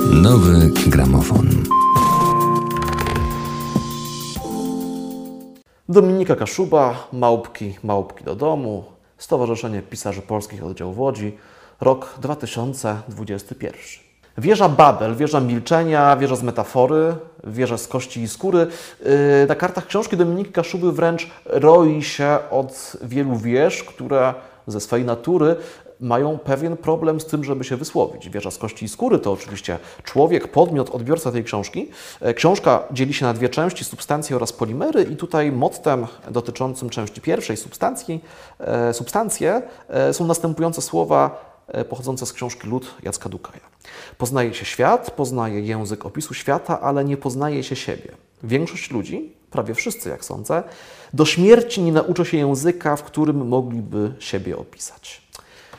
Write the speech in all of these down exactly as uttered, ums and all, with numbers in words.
Nowy gramofon. Dominika Kaszuba, Małpki, Małpki do domu, Stowarzyszenie Pisarzy Polskich Oddział w Łodzi, rok dwa tysiące dwudziesty pierwszy. Wieża Babel, wieża milczenia, wieża z metafory, wieża z kości i skóry. Na kartach książki Dominiki Kaszuby wręcz roi się od wielu wież, które ze swej natury mają pewien problem z tym, żeby się wysłowić. Wieża z kości i skóry to oczywiście człowiek, podmiot, odbiorca tej książki. Książka dzieli się na dwie części, substancje oraz polimery i tutaj mottem dotyczącym części pierwszej, substancji, substancje, są następujące słowa pochodzące z książki Lud Jacka Dukaja. Poznaje się świat, poznaje język opisu świata, ale nie poznaje się siebie. Większość ludzi, prawie wszyscy jak sądzę, do śmierci nie nauczy się języka, w którym mogliby siebie opisać.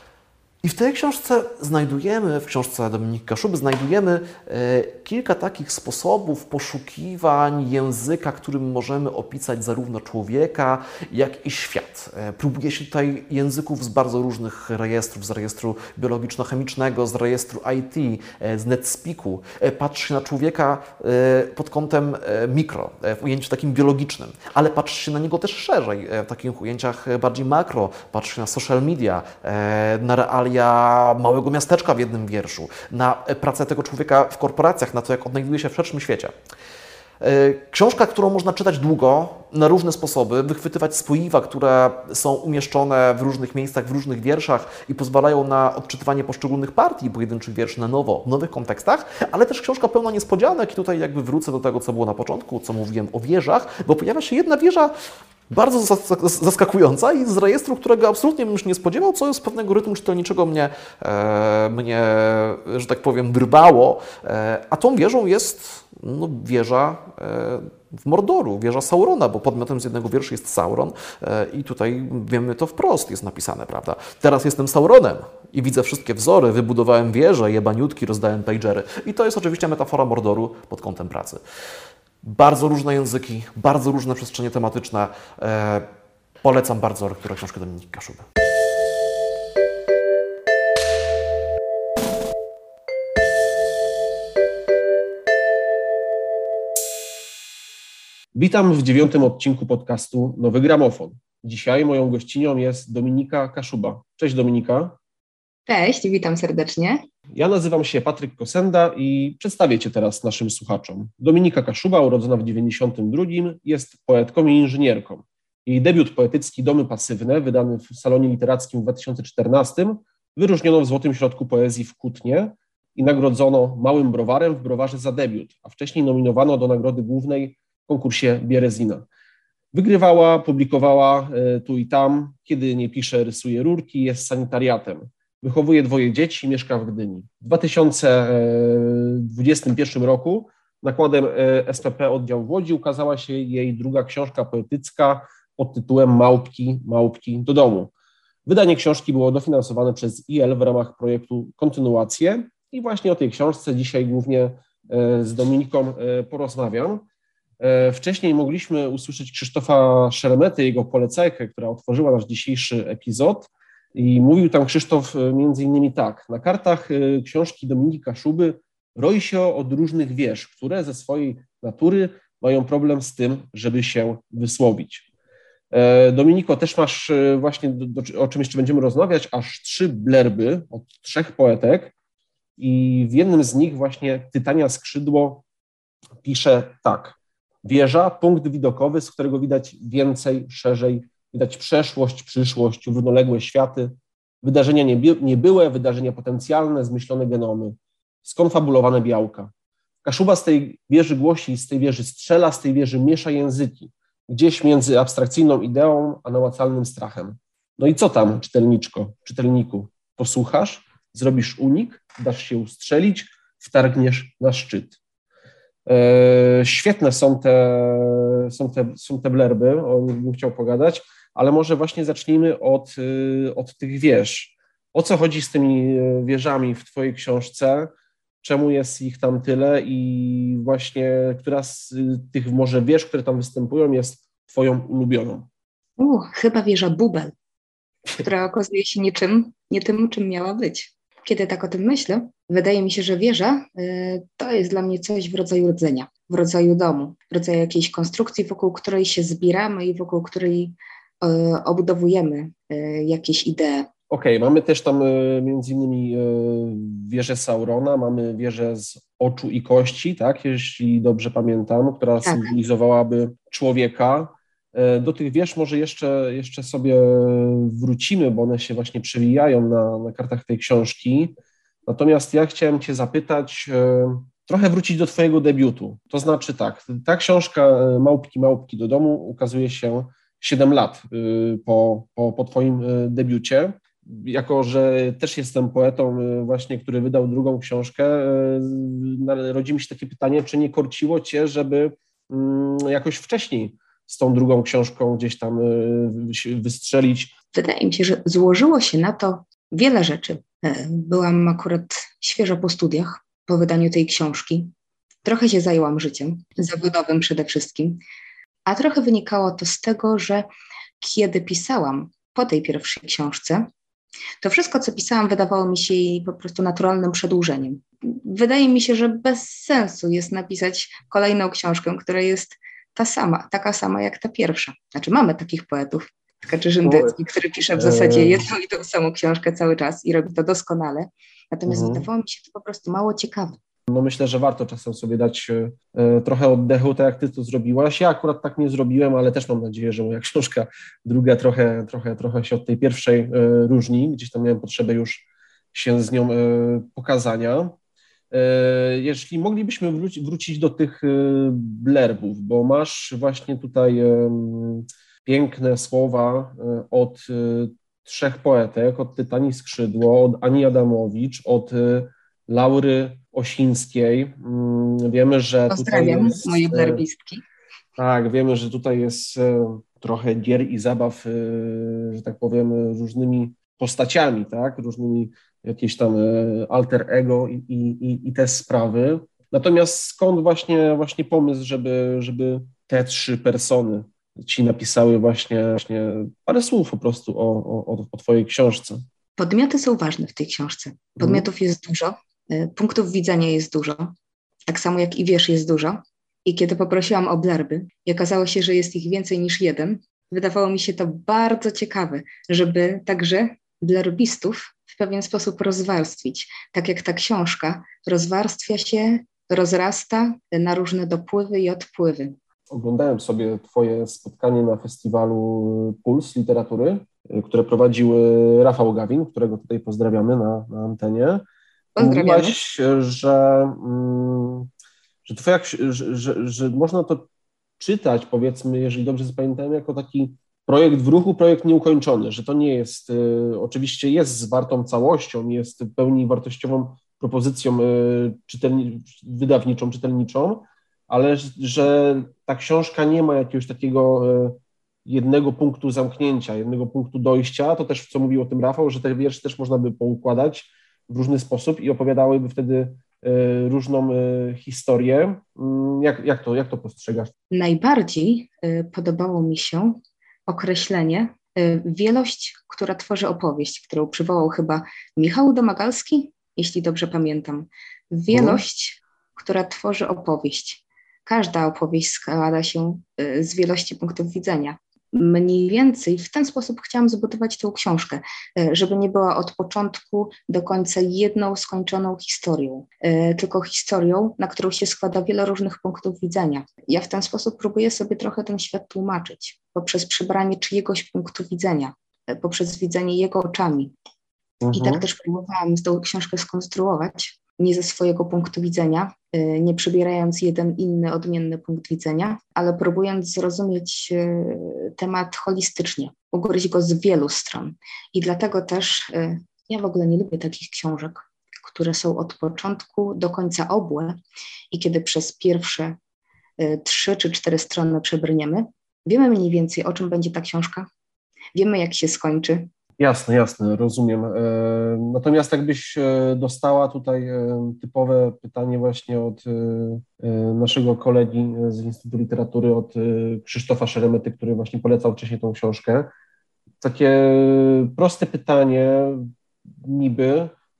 I w tej książce znajdujemy, w książce Dominiki Kaszuby znajdujemy e, kilka takich sposobów poszukiwań języka, którym możemy opisać zarówno człowieka, jak i świat. E, próbuje się tutaj języków z bardzo różnych rejestrów, z rejestru biologiczno-chemicznego, z rejestru I T, e, z NetSpeaku. E, patrzy się na człowieka e, pod kątem e, mikro, e, w ujęciu takim biologicznym, ale patrzy się na niego też szerzej, e, w takich ujęciach bardziej makro. Patrzy się na social media, e, na realia małego miasteczka w jednym wierszu, na pracę tego człowieka w korporacjach, na to, jak odnajduje się w szerszym świecie. Książka, którą można czytać długo, na różne sposoby, wychwytywać spoiwa, które są umieszczone w różnych miejscach, w różnych wierszach i pozwalają na odczytywanie poszczególnych partii pojedynczych wierszy na nowo, w nowych kontekstach, ale też książka pełna niespodzianek i tutaj jakby wrócę do tego, co było na początku, co mówiłem o wieżach, bo pojawia się jedna wieża bardzo zaskakująca i z rejestru, którego absolutnie bym się nie spodziewał, co z pewnego rytmu czytelniczego mnie, e, mnie że tak powiem, wyrwało. E, a tą wieżą jest no, wieża e, w Mordoru, wieża Saurona, bo podmiotem z jednego wiersza jest Sauron e, i tutaj wiemy to wprost, jest napisane, prawda? Teraz jestem Sauronem i widzę wszystkie wzory, wybudowałem wieże, jebaniutki, rozdałem pagery. I to jest oczywiście metafora Mordoru pod kątem pracy. Bardzo różne języki, bardzo różne przestrzenie tematyczne. E, polecam bardzo lekturę książki Dominiki Kaszuby. Witam w dziewiątym odcinku podcastu Nowy Gramofon. Dzisiaj moją gościnią jest Dominika Kaszuba. Cześć Dominika. Cześć, witam serdecznie. Ja nazywam się Patryk Kosenda i przedstawię Cię teraz naszym słuchaczom. Dominika Kaszuba, urodzona w dziewięćdziesiątym drugim, jest poetką i inżynierką. Jej debiut poetycki Domy Pasywne, wydany w Salonie Literackim w dwa tysiące czternastym, wyróżniono w Złotym Środku Poezji w Kutnie i nagrodzono Małym Browarem w Browarze za debiut, a wcześniej nominowano do Nagrody Głównej w konkursie Bierezina. Wygrywała, publikowała tu i tam, kiedy nie pisze, rysuje rurki, jest sanitariatem. Wychowuje dwoje dzieci, mieszka w Gdyni. W dwa tysiące dwudziestym pierwszym roku nakładem S P P Oddział w Łodzi ukazała się jej druga książka poetycka pod tytułem Małpki, Małpki do domu. Wydanie książki było dofinansowane przez I L w ramach projektu Kontynuacje i właśnie o tej książce dzisiaj głównie z Dominiką porozmawiam. Wcześniej mogliśmy usłyszeć Krzysztofa Szeremety, jego polecajkę, która otworzyła nasz dzisiejszy epizod. I mówił tam Krzysztof między innymi tak: na kartach książki Dominiki Kaszuby roi się od różnych wież, które ze swojej natury mają problem z tym, żeby się wysłowić. Dominiko, też masz właśnie, do, do, o czym jeszcze będziemy rozmawiać, aż trzy blerby od trzech poetek i w jednym z nich właśnie Tytania Skrzydło pisze tak: wieża, punkt widokowy, z którego widać więcej, szerzej, widać przeszłość, przyszłość, równoległe światy, wydarzenia niebyłe, wydarzenia potencjalne, zmyślone genomy, skonfabulowane białka. Kaszuba z tej wieży głosi, z tej wieży strzela, z tej wieży miesza języki, gdzieś między abstrakcyjną ideą a namacalnym strachem. No i co tam, czytelniczko, czytelniku? Posłuchasz, zrobisz unik, dasz się ustrzelić, wtargniesz na szczyt. E, świetne są te, są, te, są te blerby, o nich bym chciał pogadać, ale może właśnie zacznijmy od, od tych wież. O co chodzi z tymi wieżami w Twojej książce? Czemu jest ich tam tyle i właśnie która z tych może wież, które tam występują, jest Twoją ulubioną? Uh, chyba wieża Bubel, która okazuje się niczym, nie tym, czym miała być. Kiedy tak o tym myślę, wydaje mi się, że wieża y, to jest dla mnie coś w rodzaju rdzenia, w rodzaju domu, w rodzaju jakiejś konstrukcji, wokół której się zbieramy i wokół której y, obudowujemy y, jakieś idee. Okej, okay, mamy też tam y, między innymi y, wieżę Saurona, mamy wieżę z oczu i kości, tak, jeśli dobrze pamiętam, która Tak. symbolizowałaby człowieka. Y, do tych wież może jeszcze, jeszcze sobie wrócimy, bo one się właśnie przewijają na, na kartach tej książki. Natomiast ja chciałem Cię zapytać, y, trochę wrócić do Twojego debiutu. To znaczy tak, ta książka Małpki, Małpki do domu ukazuje się siedem lat y, po, po, po Twoim debiucie. Jako że też jestem poetą właśnie, który wydał drugą książkę, rodzi mi się takie pytanie, czy nie korciło Cię, żeby jakoś wcześniej z tą drugą książką gdzieś tam wystrzelić? Wydaje mi się, że złożyło się na to wiele rzeczy. Byłam akurat świeżo po studiach, po wydaniu tej książki. Trochę się zajęłam życiem, zawodowym przede wszystkim, a trochę wynikało to z tego, że kiedy pisałam po tej pierwszej książce, to wszystko, co pisałam, wydawało mi się jej po prostu naturalnym przedłużeniem. Wydaje mi się, że bez sensu jest napisać kolejną książkę, która jest ta sama, taka sama jak ta pierwsza. Znaczy mamy takich poetów, Kaczy Żyndecki, który pisze w zasadzie jedną i tą samą książkę cały czas i robi to doskonale. Natomiast mhm. wydawało mi się to po prostu mało ciekawe. No myślę, że warto czasem sobie dać e, trochę oddechu, tak jak Ty to zrobiłaś. Ja akurat tak nie zrobiłem, ale też mam nadzieję, że moja książka druga trochę, trochę, trochę się od tej pierwszej e, różni. Gdzieś tam miałem potrzebę już się z nią e, pokazania. E, jeśli moglibyśmy wróci, wrócić do tych e, blerbów, bo masz właśnie tutaj e, piękne słowa e, od e, trzech poetek, od Tytanii Skrzydło, od Ani Adamowicz, od e, Laury Osińskiej. Wiemy, że Pozdrawiam tutaj jest, moje blerbistki. Tak, wiemy, że tutaj jest trochę gier i zabaw, że tak powiem, różnymi postaciami, tak, różnymi jakieś tam alter ego i, i, i te sprawy. Natomiast skąd właśnie, właśnie pomysł, żeby, żeby te trzy persony ci napisały właśnie, właśnie parę słów po prostu o, o, o twojej książce? Podmioty są ważne w tej książce. Podmiotów hmm. jest dużo. Punktów widzenia jest dużo, tak samo jak i wiersz jest dużo. I kiedy poprosiłam o blerby i okazało się, że jest ich więcej niż jeden, wydawało mi się to bardzo ciekawe, żeby także blerbistów w pewien sposób rozwarstwić. Tak jak ta książka rozwarstwia się, rozrasta na różne dopływy i odpływy. Oglądałem sobie Twoje spotkanie na festiwalu Puls Literatury, które prowadził Rafał Gawin, którego tutaj pozdrawiamy na, na antenie. Mówiłaś, że, że, twoja, że, że, że można to czytać, powiedzmy, jeżeli dobrze zapamiętałem, jako taki projekt w ruchu, projekt nieukończony, że to nie jest, oczywiście jest zwartą całością, jest w pełni wartościową propozycją czytelni, wydawniczą, czytelniczą, ale że ta książka nie ma jakiegoś takiego jednego punktu zamknięcia, jednego punktu dojścia. To też, co mówił o tym Rafał, że te wiersze też można by poukładać w różny sposób i opowiadałyby wtedy y, różną y, historię. Y, jak, jak, to, jak to postrzegasz? Najbardziej y, podobało mi się określenie y, wielość, która tworzy opowieść, którą przywołał chyba Michał Domagalski, jeśli dobrze pamiętam. Wielość, hmm. która tworzy opowieść. Każda opowieść składa się y, z wielości punktów widzenia. Mniej więcej w ten sposób chciałam zbudować tę książkę, żeby nie była od początku do końca jedną skończoną historią, tylko historią, na którą się składa wiele różnych punktów widzenia. Ja w ten sposób próbuję sobie trochę ten świat tłumaczyć, poprzez przybranie czyjegoś punktu widzenia, poprzez widzenie jego oczami. Mhm. I tak też próbowałam tę książkę skonstruować, nie ze swojego punktu widzenia, nie przybierając jeden inny, odmienny punkt widzenia, ale próbując zrozumieć temat holistycznie, ugryźć go z wielu stron. I dlatego też ja w ogóle nie lubię takich książek, które są od początku do końca obłe i kiedy przez pierwsze trzy czy cztery strony przebrniemy, wiemy mniej więcej, o czym będzie ta książka, wiemy, jak się skończy. Jasne, jasne, rozumiem. Natomiast jakbyś dostała tutaj typowe pytanie właśnie od naszego kolegi z Instytutu Literatury, od Krzysztofa Szeremety, który właśnie polecał wcześniej tą książkę. Takie proste pytanie niby,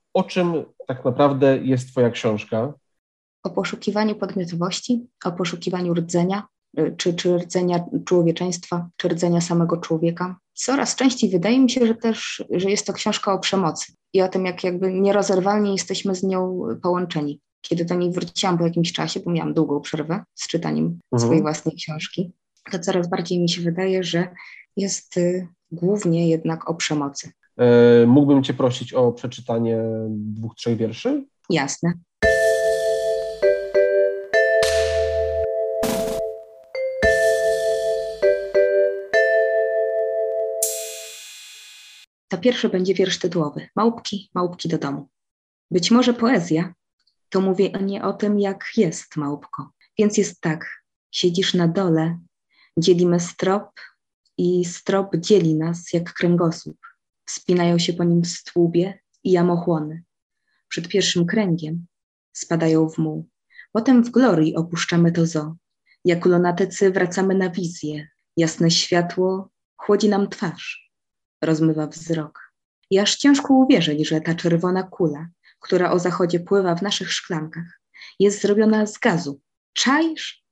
o czym tak naprawdę jest twoja książka? O poszukiwaniu podmiotowości, o poszukiwaniu rdzenia, czy, czy rdzenia człowieczeństwa, czy rdzenia samego człowieka. Coraz częściej wydaje mi się, że też, że jest to książka o przemocy i o tym, jak jakby nierozerwalnie jesteśmy z nią połączeni. Kiedy do niej wróciłam po jakimś czasie, bo miałam długą przerwę z czytaniem Mhm. swojej własnej książki, to coraz bardziej mi się wydaje, że jest y, głównie jednak o przemocy. E, mógłbym cię prosić o przeczytanie dwóch, trzech wierszy? Jasne. To pierwszy będzie wiersz tytułowy. Małpki, małpki do domu. Być może poezja to mówienie o tym, jak jest, małpko. Więc jest tak, siedzisz na dole, dzielimy strop i strop dzieli nas jak kręgosłup. Wspinają się po nim stłubie i jamochłony. Przed pierwszym kręgiem spadają w muł. Potem w glorii opuszczamy to zoo. Jak lunatycy wracamy na wizję. Jasne światło chłodzi nam twarz, rozmywa wzrok. I aż ciężko uwierzyć, że ta czerwona kula, która o zachodzie pływa w naszych szklankach, jest zrobiona z gazu. Czaisz?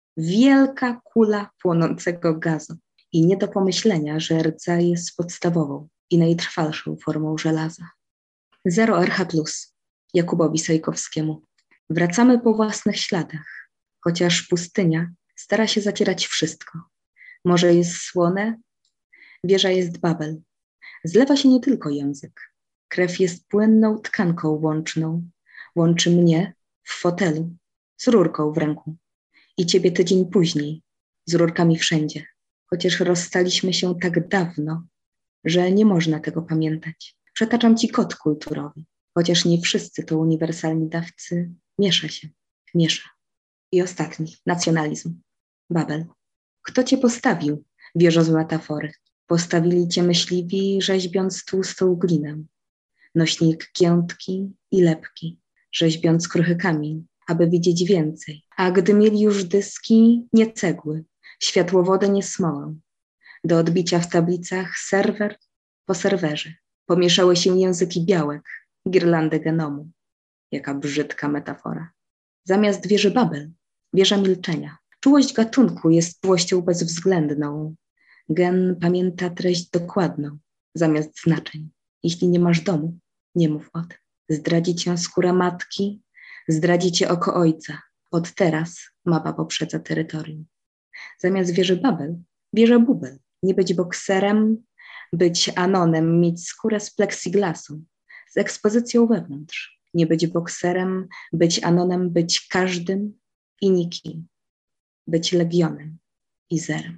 Wielka kula płonącego gazu. I nie do pomyślenia, że rdza jest podstawową i najtrwalszą formą żelaza. Zero R H plus, Jakubowi Sajkowskiemu. Wracamy po własnych śladach, chociaż pustynia stara się zacierać wszystko. Morze jest słone, wieża jest Babel. Zlewa się nie tylko język. Krew jest płynną tkanką łączną. Łączy mnie w fotelu z rurką w ręku i ciebie tydzień później z rurkami wszędzie. Chociaż rozstaliśmy się tak dawno, że nie można tego pamiętać. Przetaczam ci kod kulturowy, chociaż nie wszyscy to uniwersalni dawcy. Miesza się, miesza. I ostatni, nacjonalizm. Babel. Kto cię postawił, wieżo z metafory? Postawili cię myśliwi, rzeźbiąc tłustą glinę. Nośnik giętki i lepki, rzeźbiąc kruchy kamień, aby widzieć więcej. A gdy mieli już dyski, nie cegły, światłowody nie smołę. Do odbicia w tablicach serwer po serwerze. Pomieszały się języki białek, girlandy genomu. Jaka brzydka metafora. Zamiast wieży Babel, wieża milczenia. Czułość gatunku jest czułością bezwzględną. Gen pamięta treść dokładną, zamiast znaczeń. Jeśli nie masz domu, nie mów o tym. Zdradzi cię skóra matki, zdradzi cię oko ojca. Od teraz mapa poprzedza terytorium. Zamiast wieży Babel, wieża Bubel. Nie być bokserem, być anonem, mieć skórę z plexiglasu, z ekspozycją wewnątrz. Nie być bokserem, być anonem, być każdym i nikim. Być legionem i zerem.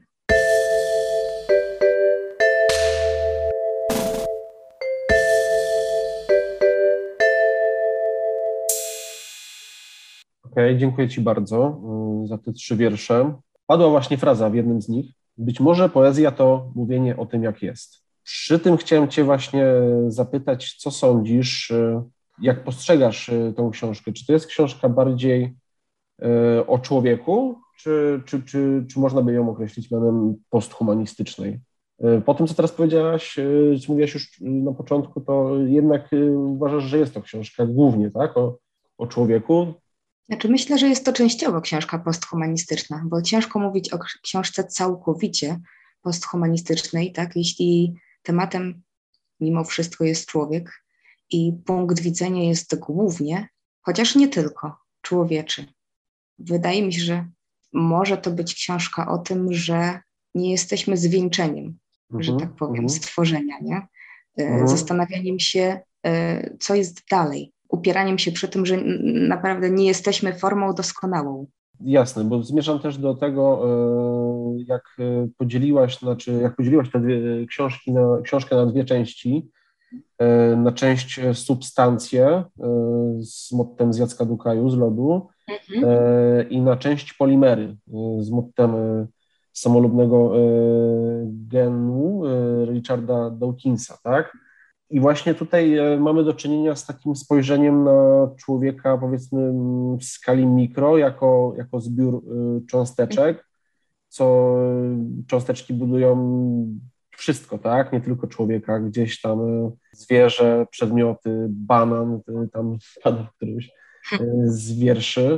Okej, okay, dziękuję ci bardzo y, za te trzy wiersze. Padła właśnie fraza w jednym z nich. Być może poezja to mówienie o tym, jak jest. Przy tym chciałem cię właśnie zapytać, co sądzisz, y, jak postrzegasz y, tą książkę? Czy to jest książka bardziej y, o człowieku, czy, czy, czy, czy można by ją określić mianem posthumanistycznej? Y, po tym, co teraz powiedziałaś, y, co mówiłaś już na początku, to jednak y, uważasz, że jest to książka głównie, tak, o, o człowieku? Znaczy myślę, że jest to częściowo książka posthumanistyczna, bo ciężko mówić o książce całkowicie posthumanistycznej, tak, jeśli tematem mimo wszystko jest człowiek i punkt widzenia jest głównie, chociaż nie tylko, człowieczy. Wydaje mi się, że może to być książka o tym, że nie jesteśmy zwieńczeniem, mhm, że tak powiem, mhm. stworzenia, nie? Mhm. Zastanawianiem się, co jest dalej. Upieraniem się przy tym, że naprawdę nie jesteśmy formą doskonałą. Jasne, bo zmierzam też do tego, jak podzieliłaś, znaczy jak podzieliłaś te dwie książki na, książkę na dwie części, na część substancje z mottem z Jacka Dukaju, z lodu, mhm. i na część polimery z mottem samolubnego genu Richarda Dawkinsa, tak? I właśnie tutaj mamy do czynienia z takim spojrzeniem na człowieka, powiedzmy, w skali mikro, jako, jako zbiór cząsteczek, co cząsteczki budują wszystko, tak? Nie tylko człowieka, gdzieś tam zwierzę, przedmioty, banan, tam wpadł w którymś z wierszy.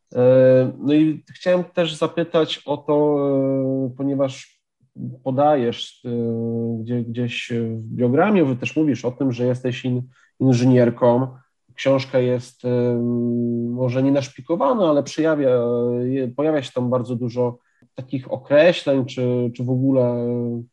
No i chciałem też zapytać o to, ponieważ podajesz gdzie, gdzieś w biogramie, że też mówisz o tym, że jesteś in, inżynierką. Książka jest może nie naszpikowana, ale przejawia, pojawia się tam bardzo dużo takich określeń, czy, czy w ogóle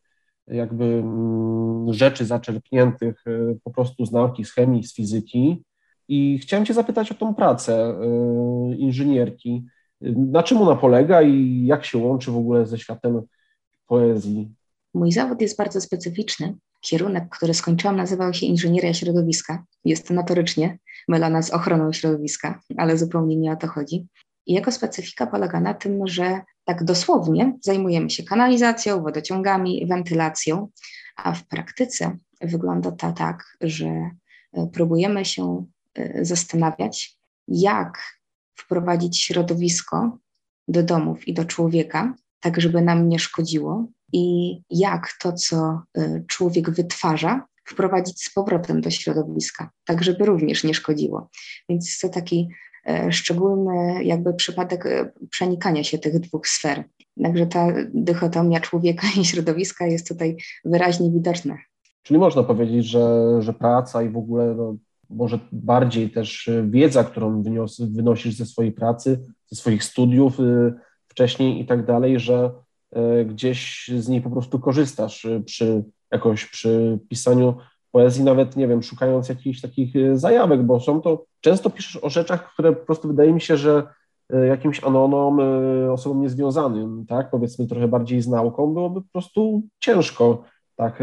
jakby rzeczy zaczerpniętych po prostu z nauki, z chemii, z fizyki. I chciałem Cię zapytać o tą pracę inżynierki. Na czym ona polega i jak się łączy w ogóle ze światem poezji? Mój zawód jest bardzo specyficzny. Kierunek, który skończyłam, nazywał się inżynieria środowiska. Jest to notorycznie mylona z ochroną środowiska, ale zupełnie nie o to chodzi. I jego specyfika polega na tym, że tak dosłownie zajmujemy się kanalizacją, wodociągami, wentylacją, a w praktyce wygląda to tak, że próbujemy się zastanawiać, jak wprowadzić środowisko do domów i do człowieka, tak żeby nam nie szkodziło, i jak to, co człowiek wytwarza, wprowadzić z powrotem do środowiska, tak żeby również nie szkodziło. Więc jest to taki szczególny jakby przypadek przenikania się tych dwóch sfer. Także ta dychotomia człowieka i środowiska jest tutaj wyraźnie widoczna. Czyli można powiedzieć, że, że praca i w ogóle no, może bardziej też wiedza, którą wynios, wynosisz ze swojej pracy, ze swoich studiów y, wcześniej i tak dalej, że y, gdzieś z niej po prostu korzystasz przy jakoś przy pisaniu poezji, nawet nie wiem, szukając jakichś takich zajawek, bo są to, często piszesz o rzeczach, które po prostu wydaje mi się, że jakimś anonom, osobom niezwiązanym, tak, powiedzmy trochę bardziej z nauką, byłoby po prostu ciężko tak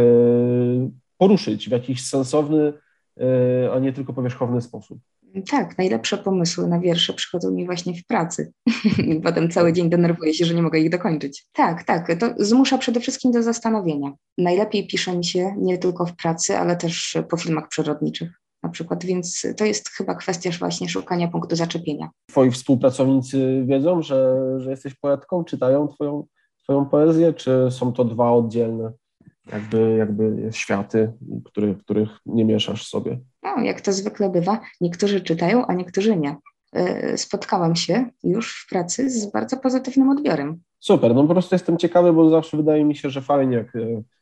poruszyć w jakiś sensowny, a nie tylko powierzchowny sposób. Tak, najlepsze pomysły na wiersze przychodzą mi właśnie w pracy. I potem cały dzień denerwuję się, że nie mogę ich dokończyć. Tak, tak, to zmusza przede wszystkim do zastanowienia. Najlepiej pisze mi się nie tylko w pracy, ale też po filmach przyrodniczych na przykład, więc to jest chyba kwestia właśnie szukania punktu zaczepienia. Twoi współpracownicy wiedzą, że, że jesteś poetką, czytają twoją, twoją poezję, czy są to dwa oddzielne jakby, jakby światy, który, których nie mieszasz sobie? No, jak to zwykle bywa, niektórzy czytają, a niektórzy nie. Spotkałam się już w pracy z bardzo pozytywnym odbiorem. Super, no po prostu jestem ciekawy, bo zawsze wydaje mi się, że fajnie, jak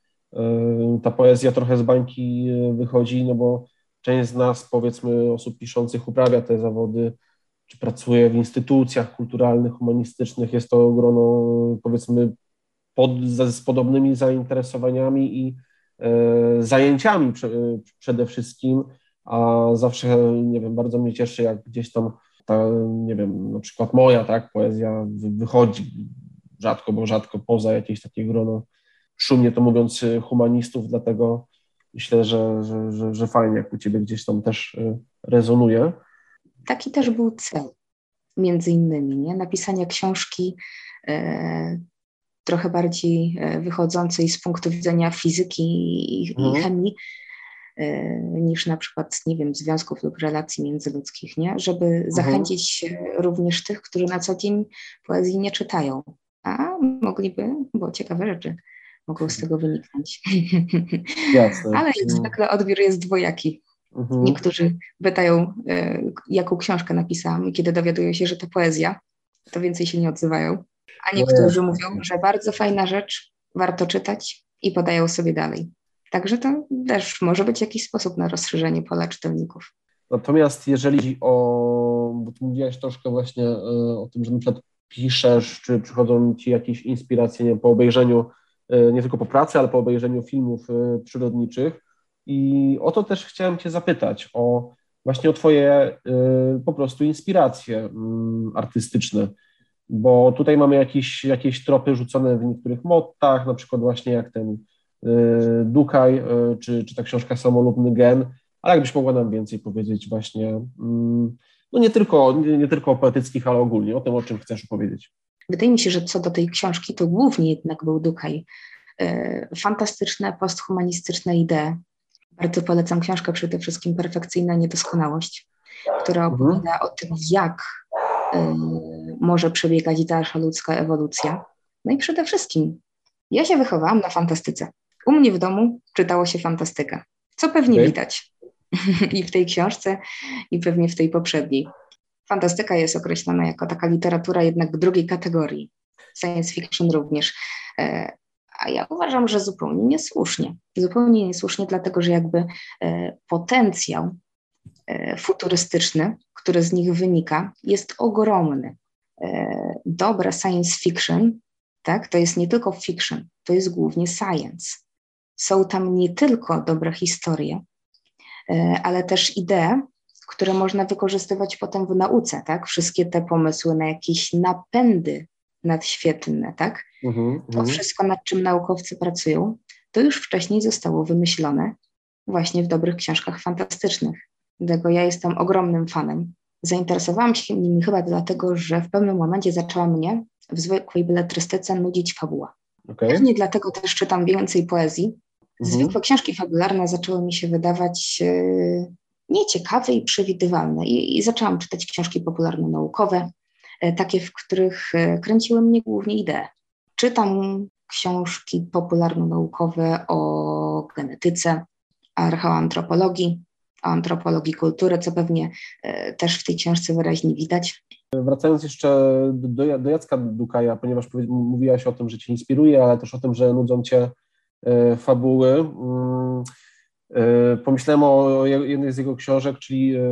ta poezja trochę z bańki wychodzi, no bo część z nas, powiedzmy, osób piszących uprawia te zawody, czy pracuje w instytucjach kulturalnych, humanistycznych, jest to grono, powiedzmy, pod, z, z podobnymi zainteresowaniami i e, zajęciami prze, przede wszystkim, a zawsze, nie wiem, bardzo mnie cieszy, jak gdzieś tam ta, nie wiem, na przykład moja, tak, poezja wychodzi rzadko, bo rzadko poza jakieś takie grono, szumnie to mówiąc, humanistów, dlatego myślę, że, że, że, że fajnie, jak u Ciebie gdzieś tam też rezonuje. Taki też był cel, między innymi, nie? Napisania książki e, trochę bardziej wychodzącej z punktu widzenia fizyki i, mhm. i chemii, e, niż na przykład, nie wiem, związków lub relacji międzyludzkich, nie? Żeby mhm. zachęcić również tych, którzy na co dzień poezji nie czytają, a mogliby, bo ciekawe rzeczy mogą z tego wyniknąć. Jasne. Ale jak zwykle odbiór jest dwojaki. Mhm. Niektórzy pytają, jaką książkę napisałam, i kiedy dowiadują się, że to poezja, to więcej się nie odzywają. A niektórzy mówią, że bardzo fajna rzecz, warto czytać, i podają sobie dalej. Także to też może być jakiś sposób na rozszerzenie pola czytelników. Natomiast jeżeli o, bo tu mówiłaś troszkę właśnie o tym, że na przykład piszesz, czy przychodzą Ci jakieś inspiracje, nie wiem, po obejrzeniu, nie tylko po pracy, ale po obejrzeniu filmów przyrodniczych. I o to też chciałem Cię zapytać, o właśnie o Twoje y, po prostu inspiracje y, artystyczne, bo tutaj mamy jakieś, jakieś tropy rzucone w niektórych mottach, na przykład właśnie jak ten y, Dukaj, y, czy, czy ta książka Samolubny gen, ale jakbyś mogła nam więcej powiedzieć właśnie, y, no nie tylko, nie, nie tylko o poetyckich, ale ogólnie o tym, o czym chcesz opowiedzieć. Wydaje mi się, że co do tej książki, to głównie jednak był Dukaj. Y, fantastyczne, posthumanistyczne idee. Bardzo polecam książkę przede wszystkim Perfekcyjna niedoskonałość, która opowiada mhm. o tym, jak y, może przebiegać dalsza ludzka ewolucja. No i przede wszystkim ja się wychowałam na fantastyce. U mnie w domu czytało się fantastykę, co pewnie Okay. widać i w tej książce, i pewnie w tej poprzedniej. Fantastyka jest określana jako taka literatura jednak drugiej kategorii. Science fiction również. E, A ja uważam, że zupełnie niesłusznie. Zupełnie niesłusznie, dlatego że jakby e, potencjał e, futurystyczny, który z nich wynika, jest ogromny. E, Dobre science fiction, tak, to jest nie tylko fiction, to jest głównie science. Są tam nie tylko dobre historie, e, ale też idee, które można wykorzystywać potem w nauce, tak? Wszystkie te pomysły na jakieś napędy nadświetlne, tak? Mhm, To mhm. wszystko, nad czym naukowcy pracują, to już wcześniej zostało wymyślone właśnie w dobrych książkach fantastycznych. Dlatego ja jestem ogromnym fanem. Zainteresowałam się nimi chyba dlatego, że w pewnym momencie zaczęła mnie w zwykłej beletrystyce nudzić fabuła. Okay. Pewnie dlatego też czytam więcej poezji. Zwykłe Mhm. książki fabularne zaczęły mi się wydawać yy, nieciekawe i przewidywalne. I, I zaczęłam czytać książki popularno-naukowe, e, takie, w których e, kręciły mnie głównie idee. Czytam książki popularno-naukowe o genetyce, archeoantropologii, o antropologii kultury, co pewnie e, też w tej książce wyraźnie widać. Wracając jeszcze do, do Jacka Dukaja, ponieważ powie- mówiłaś o tym, że cię inspiruje, ale też o tym, że nudzą cię e, fabuły. Mm, e, pomyślałem o je- jednej z jego książek, czyli e,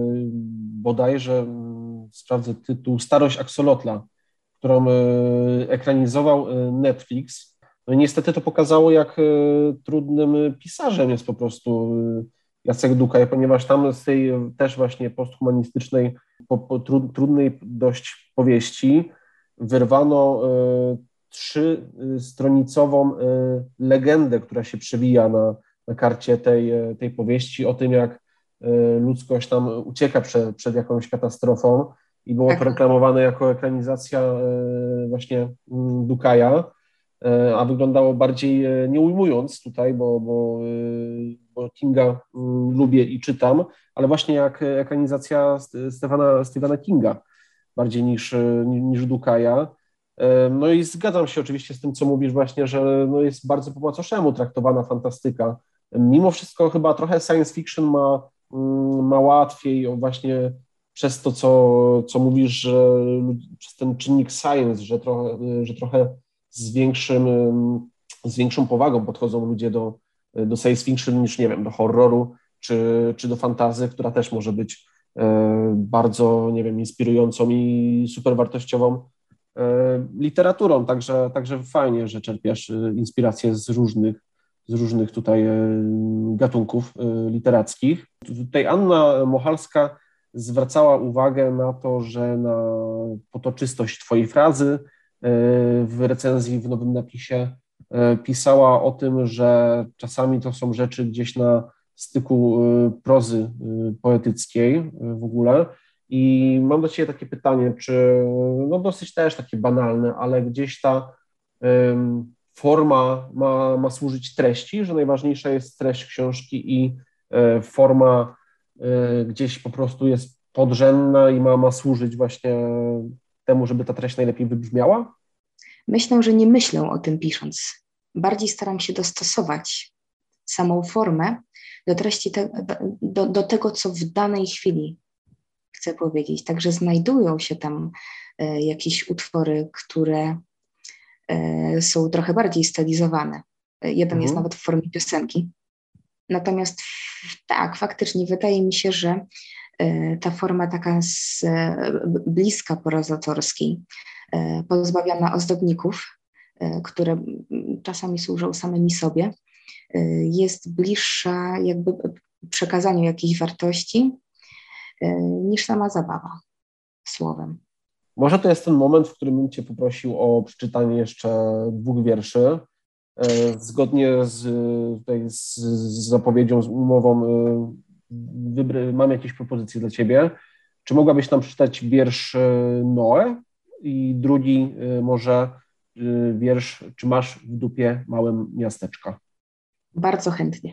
bodajże, mm, sprawdzę tytuł, Starość Axolotla, którą e, ekranizował e, Netflix. No i niestety to pokazało, jak e, trudnym pisarzem jest po prostu e, Jacek Dukaj, ponieważ tam z tej też właśnie posthumanistycznej, po, po tru, trudnej dość powieści wyrwano e, trzystronicową e, legendę, która się przewija na, na karcie tej, e, tej powieści o tym, jak e, ludzkość tam ucieka przed, przed jakąś katastrofą i było Tak. to reklamowane jako ekranizacja e, właśnie mm, Dukaja, e, a wyglądało bardziej e, nie ujmując tutaj, bo, bo, e, bo Kinga mm, lubię i czytam, ale właśnie jak ekranizacja St- Stephena, Stephena Kinga, bardziej niż, e, ni- niż Dukaja. E, No i zgadzam się oczywiście z tym, co mówisz właśnie, że no jest bardzo po macoszemu traktowana fantastyka. Mimo wszystko chyba trochę science fiction ma, mm, ma łatwiej o właśnie przez to, co, co mówisz, że lud- przez ten czynnik science, że trochę, że trochę z większym, z większą powagą podchodzą ludzie do, do science fiction niż, nie wiem, do horroru czy, czy do fantasy, która też może być e, bardzo, nie wiem, inspirującą i super wartościową e, literaturą. Także, także fajnie, że czerpiesz e, inspiracje z różnych, z różnych tutaj e, gatunków e, literackich. Tutaj Anna Mochalska zwracała uwagę na to, że na potoczystość twojej frazy e, w recenzji w Nowym Napisie e, pisała o tym, że czasami to są rzeczy gdzieś na styku e, prozy e, poetyckiej e, w ogóle. I mam do ciebie takie pytanie, czy, no dosyć też takie banalne, ale gdzieś ta em, forma ma, ma służyć treści, że najważniejsza jest treść książki i e, forma e, gdzieś po prostu jest podrzędna i ma, ma służyć właśnie temu, żeby ta treść najlepiej wybrzmiała? Myślę, że nie myślę o tym pisząc. Bardziej staram się dostosować samą formę do treści, te, do, do tego, co w danej chwili chcę powiedzieć. Także znajdują się tam e, jakieś utwory, które e, są trochę bardziej stylizowane. E, Jeden Mhm. jest nawet w formie piosenki. Natomiast f- tak, faktycznie wydaje mi się, że e, ta forma taka z, e, bliska prozatorskiej, e, pozbawiona ozdobników, e, które mm, czasami służą samymi sobie, e, jest bliższa jakby przekazaniu jakiejś wartości e, niż sama zabawa słowem. Może to jest ten moment, w którym bym cię poprosił o przeczytanie jeszcze dwóch wierszy. E, Zgodnie z, tutaj z, z zapowiedzią, z umową, e, wybr- mam jakieś propozycje dla ciebie. Czy mogłabyś nam przeczytać wiersz e, Noe i drugi e, może e, wiersz Czy masz w dupie małe miasteczka? Bardzo chętnie.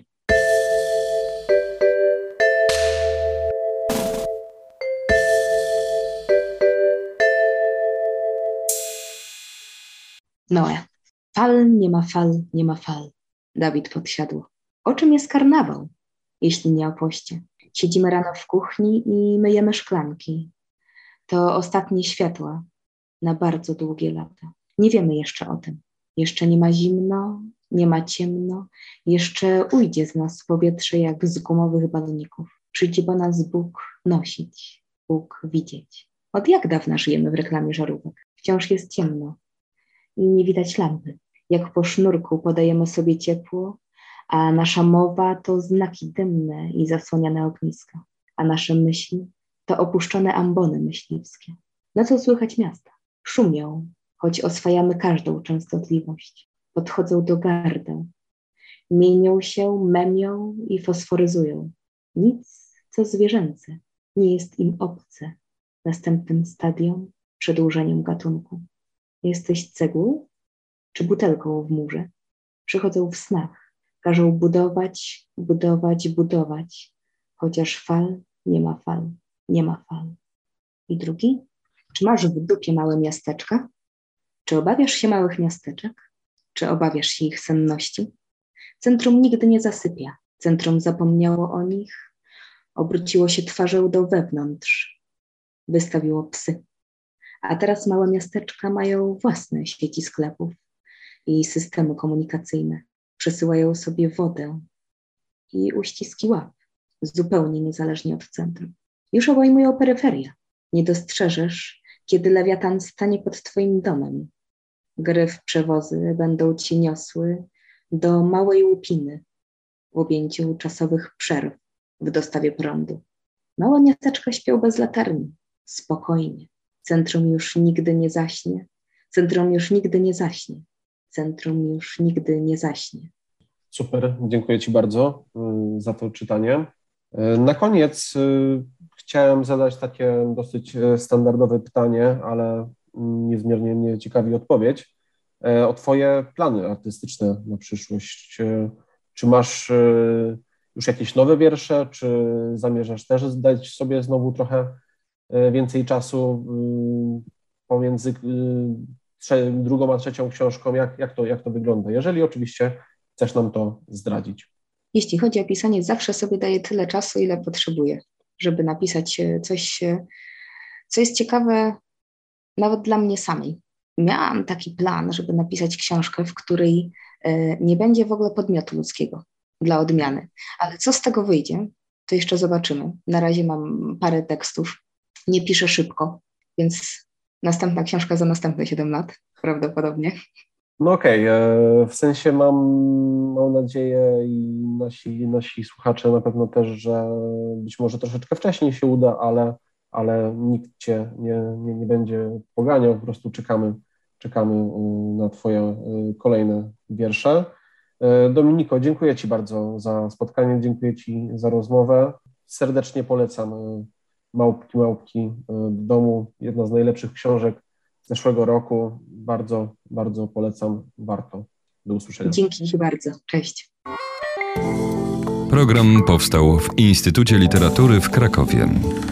Noe. Fal, nie ma fal, nie ma fal. Dawid podsiadł. O czym jest karnawał, jeśli nie o poście? Siedzimy rano w kuchni i myjemy szklanki. To ostatnie światła na bardzo długie lata. Nie wiemy jeszcze o tym. Jeszcze nie ma zimno, nie ma ciemno. Jeszcze ujdzie z nas powietrze jak z gumowych baloników. Przyjdzie po nas Bóg nosić, Bóg widzieć. Od jak dawna żyjemy w reklamie żarówek? Wciąż jest ciemno i nie widać lampy. Jak po sznurku podajemy sobie ciepło, a nasza mowa to znaki dymne i zasłaniane ogniska, a nasze myśli to opuszczone ambony myśliwskie. No co słychać miasta? Szumią, choć oswajamy każdą częstotliwość. Podchodzą do gardeł. Mienią się, memią i fosforyzują. Nic, co zwierzęce, nie jest im obce. Następnym stadium, przedłużeniem gatunku. Jesteś cegłą czy butelką w murze? Przychodzą w snach. Każą budować, budować, budować. Chociaż fal, nie ma fal, nie ma fal. I drugi? Czy masz w dupie małe miasteczka? Czy obawiasz się małych miasteczek? Czy obawiasz się ich senności? Centrum nigdy nie zasypia. Centrum zapomniało o nich, obróciło się twarzą do wewnątrz, wystawiło psy. A teraz małe miasteczka mają własne sieci sklepów i systemy komunikacyjne. Przesyłają sobie wodę i uściski łap, zupełnie niezależnie od centrum. Już obejmują peryferię. Nie dostrzeżesz, kiedy lewiatan stanie pod twoim domem. Gryf przewozy będą ci niosły do małej łupiny w objęciu czasowych przerw w dostawie prądu. Małe miasteczka śpią bez latarni, spokojnie. Centrum już nigdy nie zaśnie. Centrum już nigdy nie zaśnie. Centrum już nigdy nie zaśnie. Super, dziękuję Ci bardzo y, za to czytanie. Y, na koniec y, chciałem zadać takie dosyć standardowe pytanie, ale niezmiernie mnie ciekawi odpowiedź y, o Twoje plany artystyczne na przyszłość. Y, czy masz y, już jakieś nowe wiersze, czy zamierzasz też dać sobie znowu trochę y, więcej czasu y, pomiędzy y, drugą a trzecią książką? Jak, jak, to, jak to wygląda? Jeżeli oczywiście chcesz nam to zdradzić. Jeśli chodzi o pisanie, zawsze sobie daję tyle czasu, ile potrzebuję, żeby napisać coś, co jest ciekawe nawet dla mnie samej. Miałam taki plan, żeby napisać książkę, w której nie będzie w ogóle podmiotu ludzkiego dla odmiany. Ale co z tego wyjdzie, to jeszcze zobaczymy. Na razie mam parę tekstów. Nie piszę szybko, więc następna książka za następne siedem lat prawdopodobnie. No okej, okay. W sensie mam, mam nadzieję i nasi, nasi słuchacze na pewno też, że być może troszeczkę wcześniej się uda, ale, ale nikt Cię nie, nie, nie będzie poganiał, po prostu czekamy, czekamy na Twoje kolejne wiersze. Dominiko, dziękuję Ci bardzo za spotkanie, dziękuję Ci za rozmowę. Serdecznie polecam Małpki, Małpki do domu, jedna z najlepszych książek zeszłego roku. Bardzo, bardzo polecam. Warto. Do usłyszenia. Dzięki Ci bardzo. Cześć. Program powstał w Instytucie Literatury w Krakowie.